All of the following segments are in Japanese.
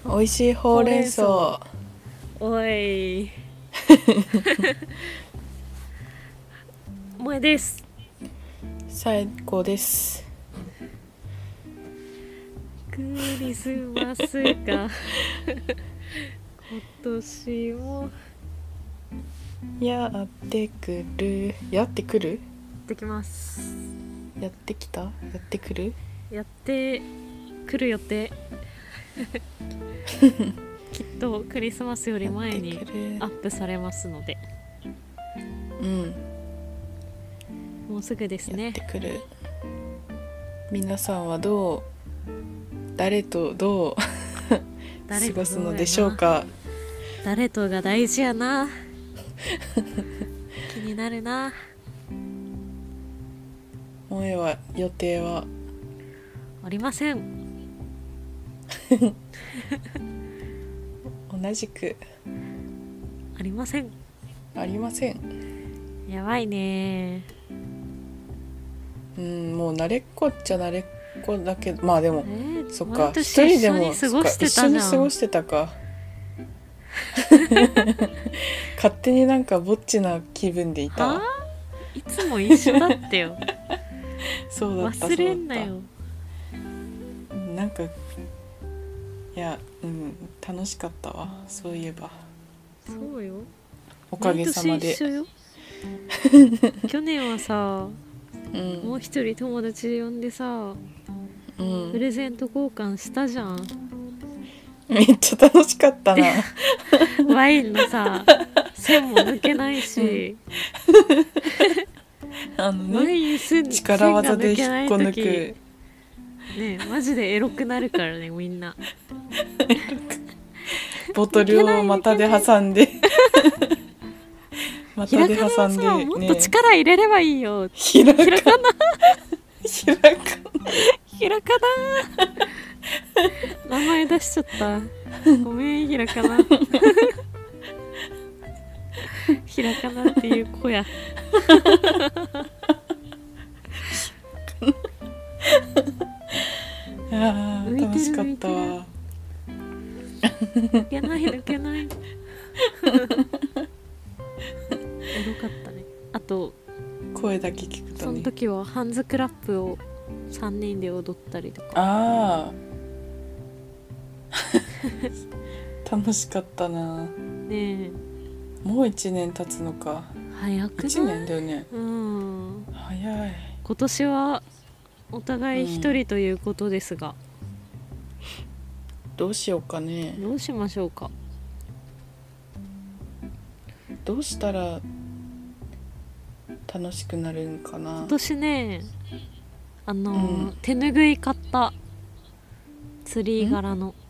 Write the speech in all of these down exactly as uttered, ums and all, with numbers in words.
美味しいほうれん草。 おい萌えです。 最高です。 クリスマスが今年もやってくる。やってくるできます。 やってきた。やってくるやってくる予定きっとクリスマスより前にアップされますので、 うん、 もうすぐですね。 やってくる。皆さんはどう誰とどう過ごすのでしょうか。 誰とが大事やな気になるな。 萌えは予定はありません同じくありませんありません。 やばいね。 うんもう慣れっこっちゃ慣れっこだけど、まあでも、 えー、 そっか一人でも一緒に過ごしてたじゃん。 一緒に過ごしてたか勝手になんかぼっちな気分でいたわ。 はあ、いつも一緒だってよそうだった忘れんなよ。 なんかいや、うん、楽しかったわ。そういえばそうよ、 おかげさまで毎年一緒よ去年はさ、 うん、 もう一人友達呼んでさ、 うん、 プレゼント交換したじゃん。 めっちゃ楽しかったなワインのさ線も抜けないし、 うん、あのワねインすん力技で引っこ抜くねえマジでエロくなるからねみんなボトルを股で挟んで股で挟んで、ね、 もっと力入れればいいよ。 ひらかなひらかなひらかなひらかな名前出しちゃったごめんひらかなひらかなっていう子やあー楽しかったわ。 抜けない抜けないエロかったね。あと声だけ聞くとね。 その時はハンズクラップをさんにんで踊ったりとか。 あー楽しかったな。 ねえもういちねん経つのか。 早くない？ いちねんだよね。 うん早い。 今年はお互い一人ということですが、 うん、どうしようかね。 どうしましょうか。 どうしたら楽しくなるんかな。 今年ねあの、うん、手ぬぐい買った。ツリー柄の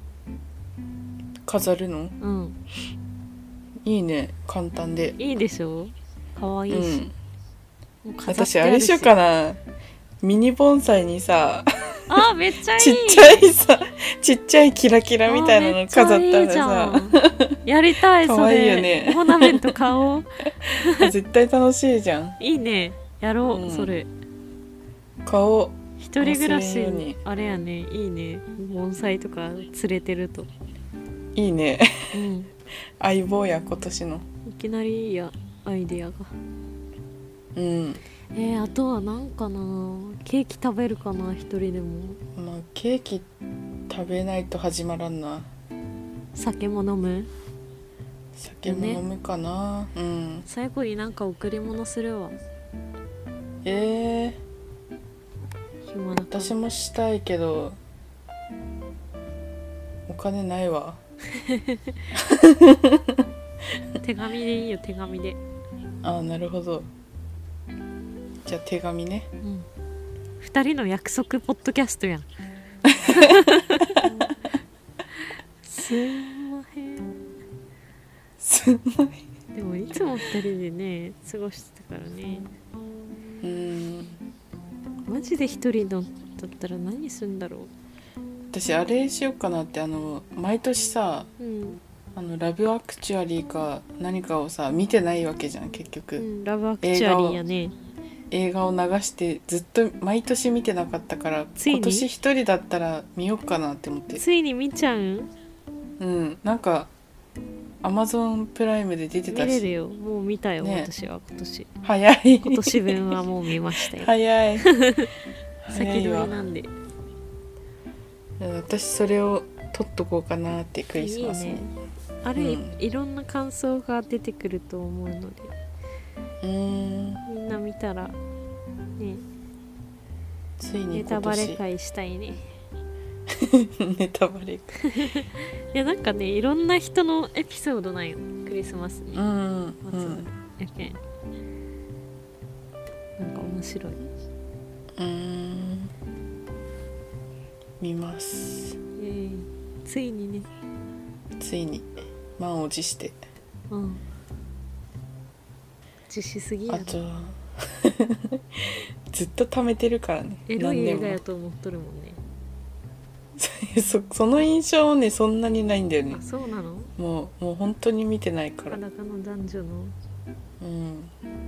飾るの？ うんいいね。簡単でいいでしょ。かわいいし、 うん、もう飾ってあるし。私あれしようかな。ミニ盆栽にさあめっちゃいいちっちゃいさちっちゃいキラキラみたいなの飾ったらさやりたい。それかわいいよね。オーナメント買おう絶対楽しいじゃん。 いいねやろう、うん、それ買おう。 一人暮らしにあれやね。いいね盆栽とか連れてるといいね、 うん、 相棒や今年の。 いきなりいいやアイデアが。 うんえー、あとはなんかな。ケーキ食べるかな一人でも。 まあケーキ食べないと始まらんな。 酒も飲む。 酒も飲むかな、ね、うん最後になんか贈り物するわ。 えー、 暇だ私もしたいけどお金ないわ手紙でいいよ手紙で。 ああなるほど。じゃあ手紙ね、うん、 ふたりの約束ポッドキャストやんすんまへんすんまへん。 でもいつもふたりでね過ごしてたからね。 うんマジで一人のだったら何するんだろう。 私あれしようかなって。あの毎年さ、 うん、 あのラブアクチュアリーか何かをさ見てないわけじゃん結局、 うん、ラブアクチュアリーやね。 映画を流してずっと毎年見てなかったから今年一人だったら見ようかなって思って。 ついに見ちゃう？ うんなんかアマゾンプライムで出てたし見れるよ。もう見たよ、 ね、 私は今年早い今年分はもう見ましたよ早い先取りなんで。 私それを撮っとこうかなってクリスマスに。 いいね。あれ、 うん、 いろんな感想が出てくると思うので、 うーんみんな見たらね、 ついにネタ今年バレ会したいねネタバレいやなんかね、いろんな人のエピソードなんよ、クリスマスにうんうんまつわるやけん、なんか面白い。 うーん見ます。 えー、ついにね。 ついに満を持して。 うん自信すぎやろ。 あとずっと貯めてるからね。 エロい映何年も画やと思っとるもんね。 そ, その印象ねそんなにないんだよね。 あ、そうなの？ もうもう本当に見てないから。 裸の男女の。 うん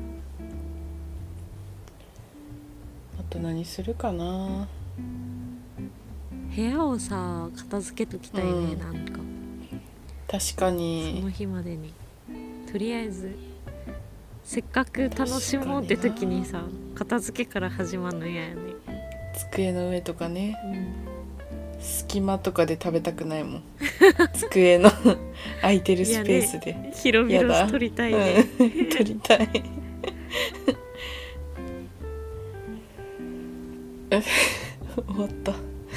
あと何するかな。 部屋をさ片付けときたいね、 うんなんか確かそにの日までに。とりあえずせっかく楽しもうって時にさ、片付けから始まるの嫌やね。 机の上とかね、 うん、 隙間とかで食べたくないもん机の空いてるスペースで、 ね、広やだ 々取りたいね、 うん、撮りたい終わった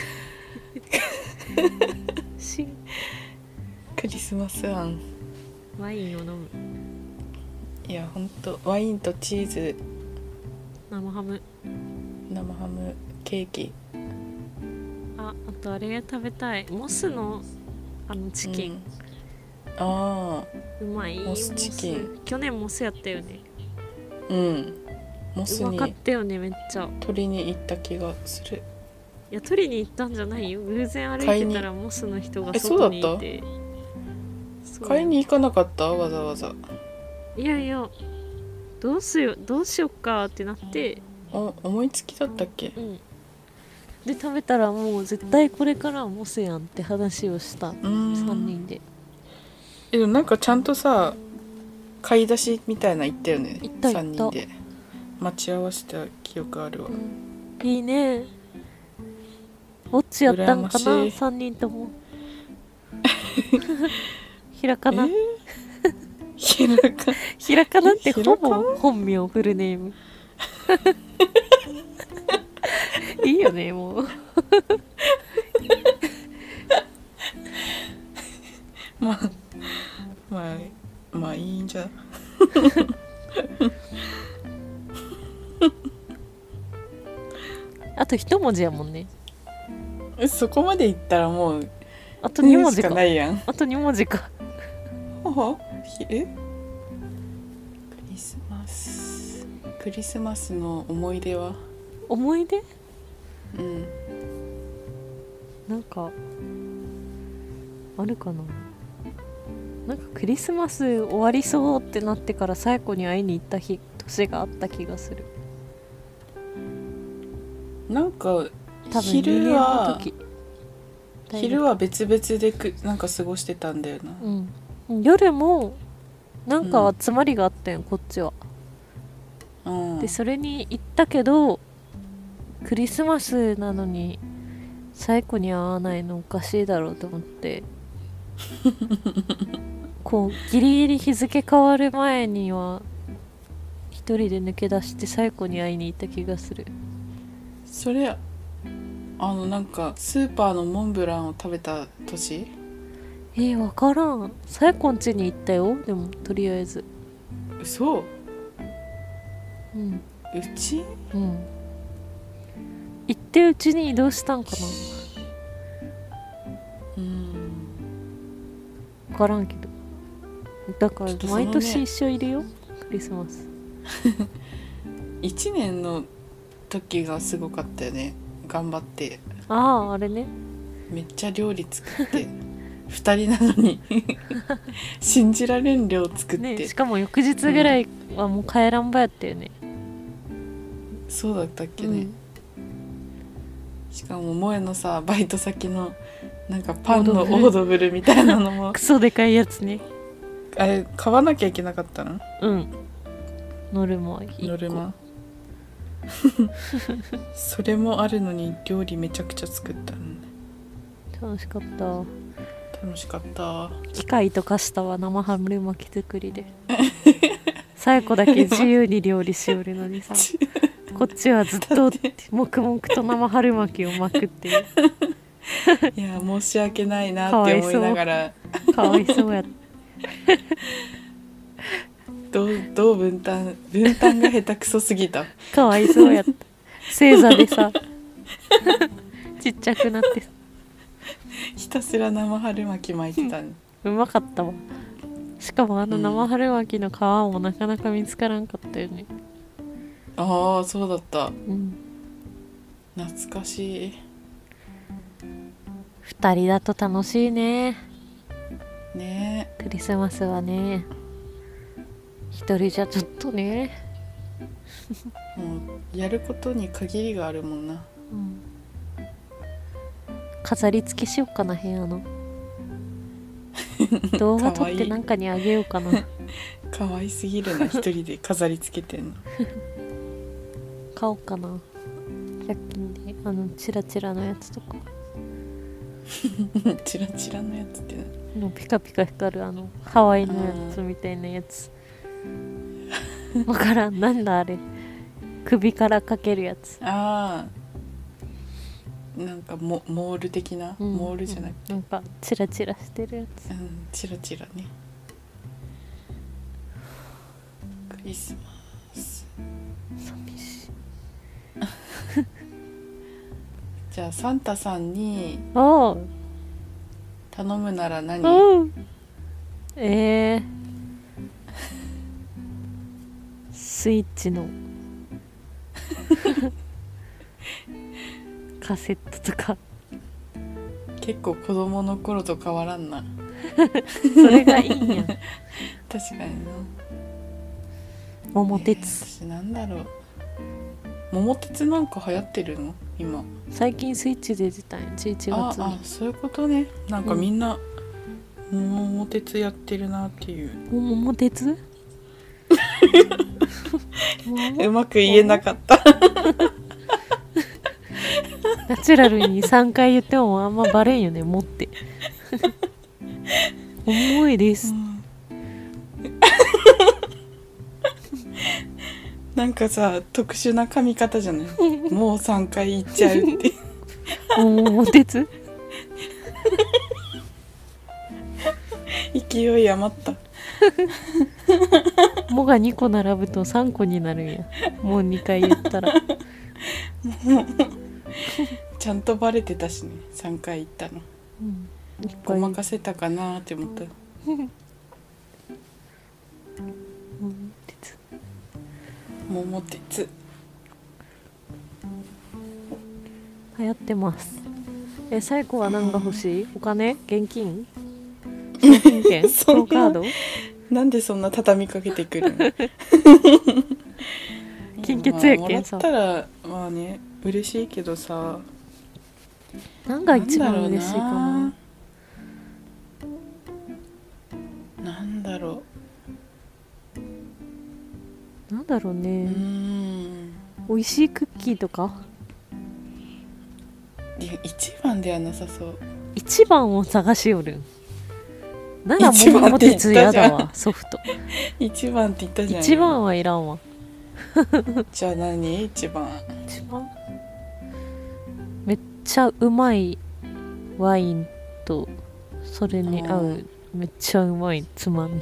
しクリスマスあん。 ワインを飲む。 いやほんとワインとチーズ、 生ハム、 生ハム、ケーキ。 あ、あとあれ食べたい、モスのあのチキン、 うん、ああうまい。 モスチキン、 モス去年モスやったよね。 うんモスうまかっにたよね、めっちゃ。 取りに行った気がする。 いや取りに行ったんじゃないよ、偶然歩いてたらモスの人がえそうだった外にいて。そう買いに行かなかった？わざわざ。 いやいや、どうしようどうしよっかってなって、 お思いつきだったっけ？ うんで食べたらもう絶対これからはモスやんって話をしたうーんさんにんで。 えでもなんかちゃんとさ買い出しみたいな行ったよね。 行った行ったさんにんで待ち合わせた記憶あるわ、 うん、いいね。どっちやったんかな羨ましいさんにんともひらかな、 えー、ひらかひらかなってほひらかなぼ本名フルネームいいよねもうまあまあまあいいんじゃあと一文字やもんね。 そこまでいったらもうあとに文字しかかないやん。 あとに文字かほほひえクリスマスクリスマスの思い出は思い出うんなんかあるかな。なんかクリスマス終わりそうってなってから最後に会いに行った日年があった気がする。 なんか多分昼にねんのは時昼は別々でくなんか過ごしてたんだよな。 うん夜もなんか集まりがあったよ、こっちは。 うんでそれに行ったけどクリスマスなのに最後に会わないのおかしいだろうと思ってこうギリギリ日付変わる前には一人で抜け出して最後に会いに行った気がする。 それあのなんかスーパーのモンブランを食べた年？ えー、分からん。最後ん家に行ったよ。でもとりあえず嘘？ うんうち？ うん行ってうちに移動したんかな。 うん分からんけど。だからちょっとそのね毎年一緒いるよクリスマス。 いちねんの時がすごかったよね。頑張ってあああれね。 めっちゃ料理作ってふたりなのに信じられん量作って、 ねしかも翌日ぐらいはもう帰らんばやったよね。 そうだったっけね、 うんしかも萌えのさバイト先のなんかパンのオードブルみたいなのもクソでかいやつね。 あれ買わなきゃいけなかったの？ うんノルマいっこノルマそれもあるのに料理めちゃくちゃ作ったのね。 楽しかった。 楽しかった。 機械とかしたわ生春巻き作りでさやこだけ自由に料理しよるのにさこっちはずっと黙々と生春巻きを巻くっていういや申し訳ないなって思いながらかわいそうやったどうどう分担分担が下手くそすぎた。 かわいそうやった正座でさちっちゃくなってひたすら生春巻き巻いてたね。 うまかったわ。しかもあの生春巻きの皮もなかなか見つからんかったよね。 ああそうだった、 うん、 懐かしい。 二人だと楽しいね。 ねクリスマスはね。一人じゃちょっとねもうやることに限りがあるもんな、 うん、飾り付けしようかな部屋の動画撮ってなんかにあげようかなかわいすぎるな一人で飾り付けてんの買おうかなひゃく均であのチラチラのやつとかチラチラのやつってのピカピカ光るあのハワイのやつみたいなやつわからんなんだあれ首からかけるやつ。 ああなんかモモール的な、うん、モールじゃなくて、 うん、なんかチラチラしてるやつ。 うんチラチラね。クリスマス寂しいじゃあサンタさんに頼むなら何？ えー、スイッチのカセットとか。 結構子供の頃と変わらんなそれがいいんや確かにな。 桃鉄、 えー、私なんだろう桃鉄なんか流行ってるの今？ 最近スイッチで出たんやじゅういちがつに。 ああそういうことね。なんかみんな、うん、桃鉄やってるなっていう。 桃鉄うまく言えなかったナチュラルにさんかい言ってもあんまバレんよね持って重いです、うん、 なんかさ特殊な髪型じゃないもうさんかい言っちゃうって桃鉄勢い余ったもがにこ並ぶとさんこになるんやもうにかい言ったらちゃんとバレてたしねさんかい言ったの、うん、ごまかせたかなって思った桃鉄流行ってます。え最後は何が欲しい？お金？現金？商品券？プロカード？ なんでそんな畳みかけてくるの金欠やけんさ。 もらったらまあね嬉しいけどさ何が一番嬉しいかな。 なんだろうなんだろうね。うーん美味しいクッキーとか。 いや一番ではなさそう。 一番を探しよるんなら桃鉄やだわソフト一番って言ったじゃん。 一番はいらんわじゃあ何一番一番めっちゃうまいワインとそれに合うめっちゃうまいつまみ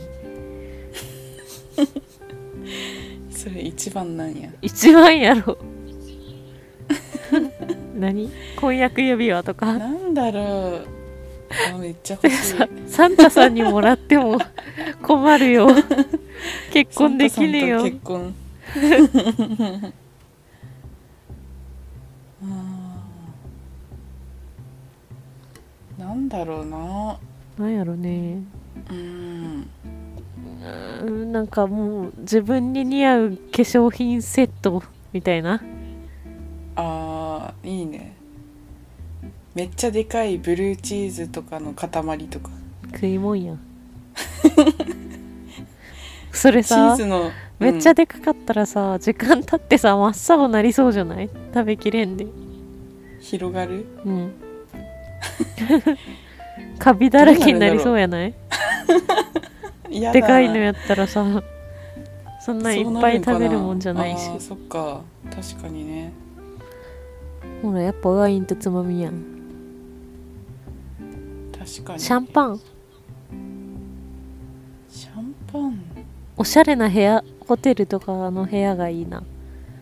それ一番なんや。 一番やろ何婚約指輪とかなんだろうあめっちゃ欲しいサンタさんにもらっても困るよ結婚できねえよ。 結婚なんだろうな。 なんやろね。 うんうんなんかもう自分に似合う化粧品セットみたいな。 あーいいね。 めっちゃでかいブルーチーズとかの塊とか、 食いもんやんそれチさーズの、 めっちゃでかかったらさ、時間経ってさ真っ青なりそうじゃない？食べきれんで。 広がる。 うんカビだらけになりそうやない？ やだでかいのやったらさ、そんないっぱい食べるもんじゃないし。 あーそっか、確かにね。 ほらやっぱワインとつまみやん。 確かに。 シャンパン、 シャンパン。 おしゃれな部屋、ホテルとかの部屋がいいな。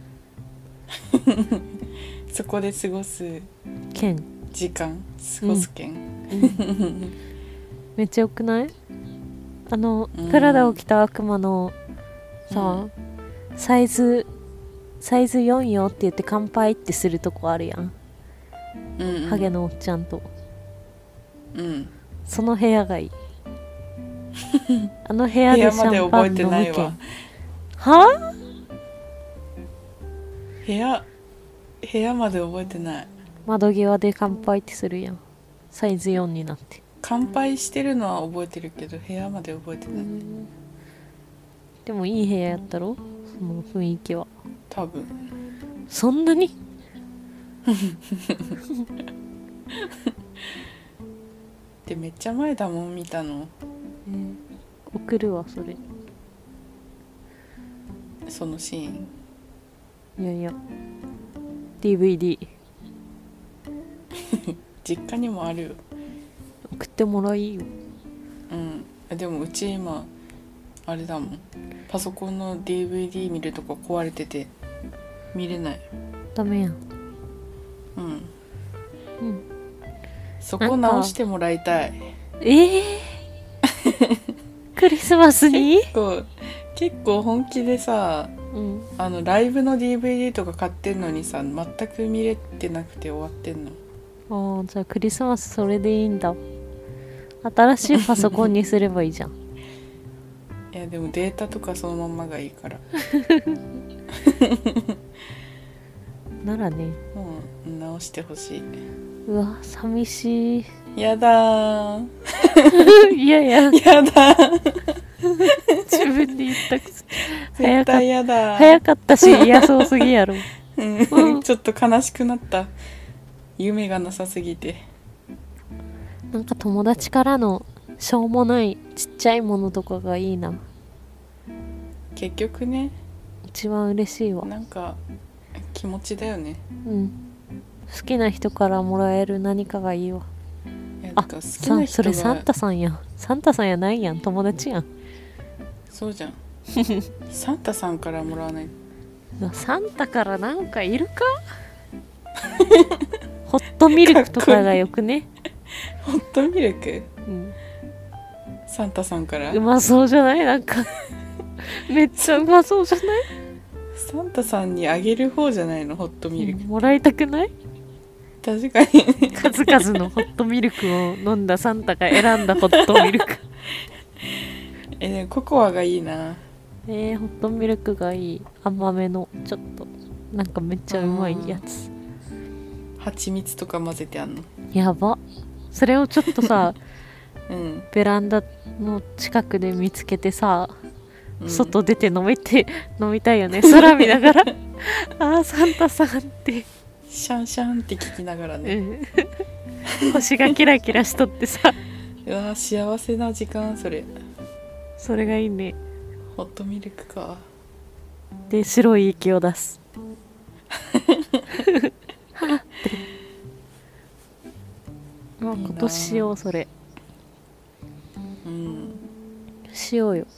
そこで過ごす剣時間、過ごす券、 めっちゃよくない？あの、 うんプラダを着た悪魔のさ、サイズサイズよんよって言って乾杯ってするとこあるやん、 うんうん、 ハゲのおっちゃんと。 うんその部屋がいいあの部屋でシャンパン飲むけん。は？ 部屋部屋まで覚えてない。 窓際で乾杯ってするやん、サイズよんになって。 乾杯してるのは覚えてるけど部屋まで覚えてない。 でもいい部屋やったろ、その雰囲気は。 多分そんなにでめっちゃ前だもん見たの。 送るわそれ。 そのシーン。 いやいや ディーブイディー実家にもあるよ。 送ってもらいよ。 うん。でもうち今あれだもん、パソコンの ディーブイディー 見るとこ壊れてて見れない。 ダメやん。 うん、 うん、 そこ直してもらいたい。 ええー、クリスマスに結構結構本気でさ、 うん、 あのライブの ディーブイディー とか買ってんのにさ全く見れてなくて終わってんの。 ああ、じゃあクリスマスそれでいいんだ。新しいパソコンにすればいいじゃん。 いやでもデータとかそのまんまがいいからならね。 もう直してほしい。 うわ寂しい。 やだーいやいややだー自分で言ったくせ。 絶対やだー。 早かったし嫌そうすぎやろ。 うんちょっと悲しくなった。夢がなさすぎて。 なんか友達からのしょうもないちっちゃいものとかがいいな。 結局ね、 一番嬉しいわ。 なんか気持ちだよね。 うん好きな人からもらえる何かがいいわ。あいやなんか好きなさそ人がれサンタさんやん。サンタさんやないやん、友達やん。 そうじゃんサンタさんからもらわない。 うわサンタからなんかいるかホットミルクとかがよくね。 ホットミルク、 うん、 サンタさんからうまそうじゃない？なんかめっちゃうまそうじゃない？ サンタさんにあげる方じゃないのホットミルク、 うんもらいたくない？ 確かに数々のホットミルクを飲んだサンタが選んだホットミルクえでもココアがいいな。 えー、ホットミルクがいい。甘めのちょっとなんかめっちゃうまいやつ。 蜂蜜とか混ぜてあんの。 やば。それをちょっとさうん、 ベランダの近くで見つけてさ、 うん、 外出て飲みて飲みたいよね。空見ながらあーサンタさんってシャンシャンって聞きながらね、 うん、星がキラキラしとってさうわ幸せな時間。それそれがいいね。 ホットミルクか。 で白い息を出すはっあ今年しようそれ。 うんしようよ。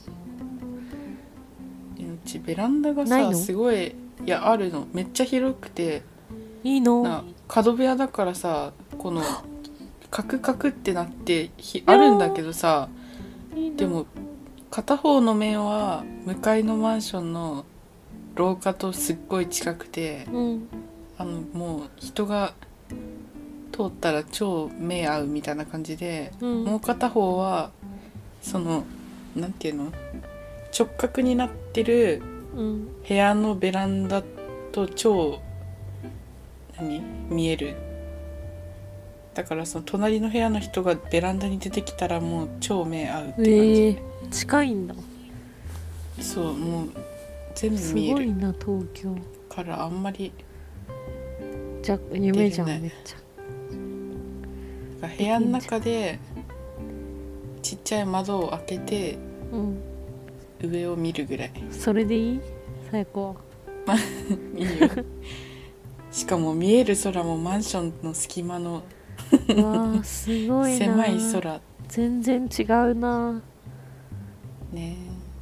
うちベランダがさないのすごい、いやあるの、めっちゃ広くて、 いいの？ な角部屋だからさ、このカクカクってなってひあるんだけどさ、 いいのでも片方の面は向かいのマンションの廊下とすっごい近くて、 うん、 あのもう人が通ったら超目合うみたいな感じで、 うん、 もう片方はそのなんていうの、直角になってるうん部屋のベランダと超何見えるだからその隣の部屋の人がベランダに出てきたらもう超目合うって感じ、 ええー、近いんだ。 そうもう全部す見えるごいな東京。 からあんまりじゃ夢じゃん、 出るねめっちゃ。 部屋の中でちっちゃい窓を開けてうん上を見るぐらいそれでいい最高いいよしかも見える空もマンションの隙間のうわーすごいな。 狭い空全然違うな。 ね。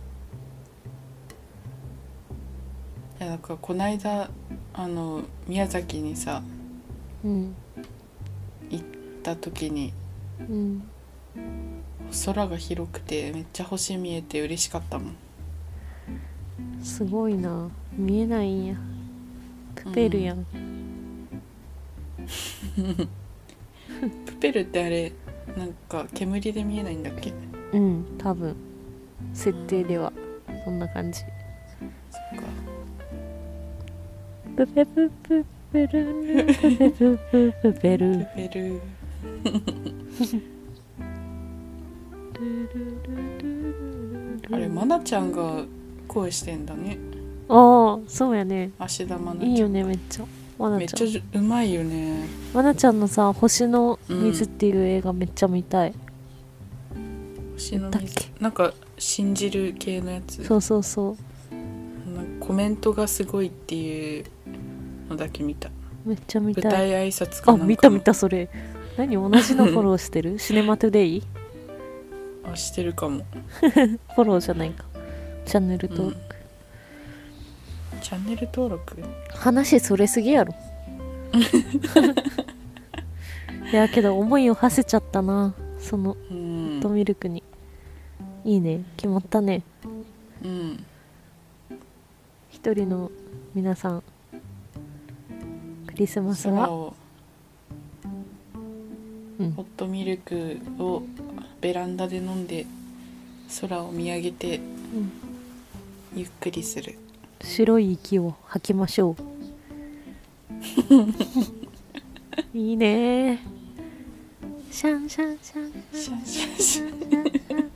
いやだからこないだあの宮崎にさうん行った時にうん空が広くてめっちゃ星見えて嬉しかったもん。 すごいな。見えないんや。プペルやん、 プペルってあれなんか煙で見えないんだっけ。 うん、多分設定ではそんな感じ。 そっか。 プペププペルプペプププペルプペルあれマナちゃんが声してんだね。 ああそうやね。 芦田愛菜ちゃんいいよねめっちゃ。まなめっちゃんちゃうまいよね。 まなちゃんのさ「星の水」っていう映画めっちゃ見たい、 星のだっけ水なんか信じる系のやつ。 そうそうそうなんかコメントがすごいっていうのだけ見た。 めっちゃ見舞たい。 台挨拶かなんかのあ見た見たそれ。何同じのフォローしてるシネマトゥデイあしてるかも。 フォローじゃないか。チャンネル登録、 うん、チャンネル登録話それすぎやろいやけど思いを馳せちゃったなそのうホんットミルクに。いいね決まったね。 うん一人の皆さんクリスマスは空をうんホットミルクをベランダで飲んで空を見上げてうんゆっくりする。 白い息を吐きましょういいねーシャンシャンシャンシャンシャンシャンシャンシャン